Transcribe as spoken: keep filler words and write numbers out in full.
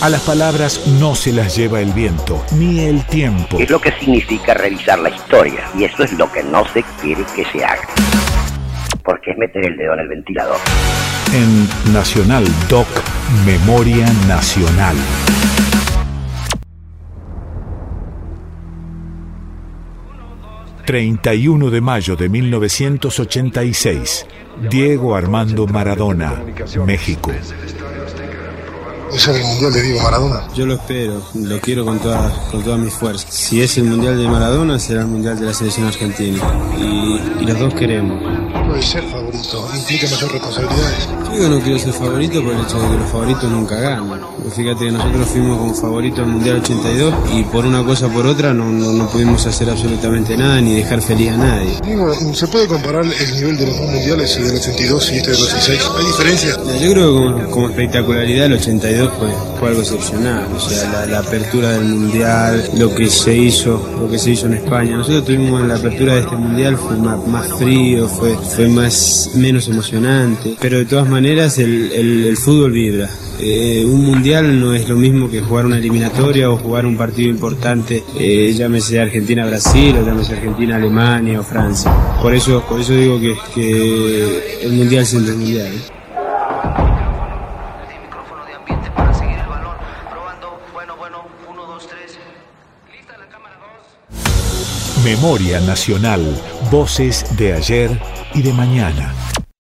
A las palabras no se las lleva el viento, ni el tiempo. Es lo que significa revisar la historia, y eso es lo que no se quiere que se haga. Porque es meter el dedo en el ventilador. En Nacional Doc, Memoria Nacional. treinta y uno de mayo de mil novecientos ochenta y seis. Diego Armando Maradona, México. ¿Es el mundial de Diego Maradona? Yo lo espero, lo quiero con todas con todas mis fuerzas. Si es el mundial de Maradona, será el mundial de la selección argentina. Y, y los dos queremos. Puede ser favorito, implica mayor responsabilidad. Yo no quiero ser favorito por el hecho de que los favoritos nunca ganan. Fíjate que nosotros fuimos como favoritos al mundial ochenta y dos y por una cosa o por otra no, no, no pudimos hacer absolutamente nada ni dejar feliz a nadie. Digo, ¿se puede comparar el nivel de los dos mundiales, el del ochenta y dos y este del ochenta y seis? ¿Hay diferencias? Yo creo que como, como espectacularidad el ochenta y dos fue, fue algo excepcional. O sea, la, la apertura del mundial, lo que se hizo, lo que se hizo en España. Nosotros tuvimos en la apertura de este mundial fue más, más frío, fue, fue más menos emocionante. Pero de todas maneras el, el, el fútbol vibra. Eh, un mundial no es lo mismo que jugar una eliminatoria o jugar un partido importante, eh, llámese Argentina-Brasil o llámese Argentina-Alemania o Francia. Por eso, por eso digo que, que el mundial siempre es mundial, ¿eh? Memoria Nacional, voces de ayer y de mañana.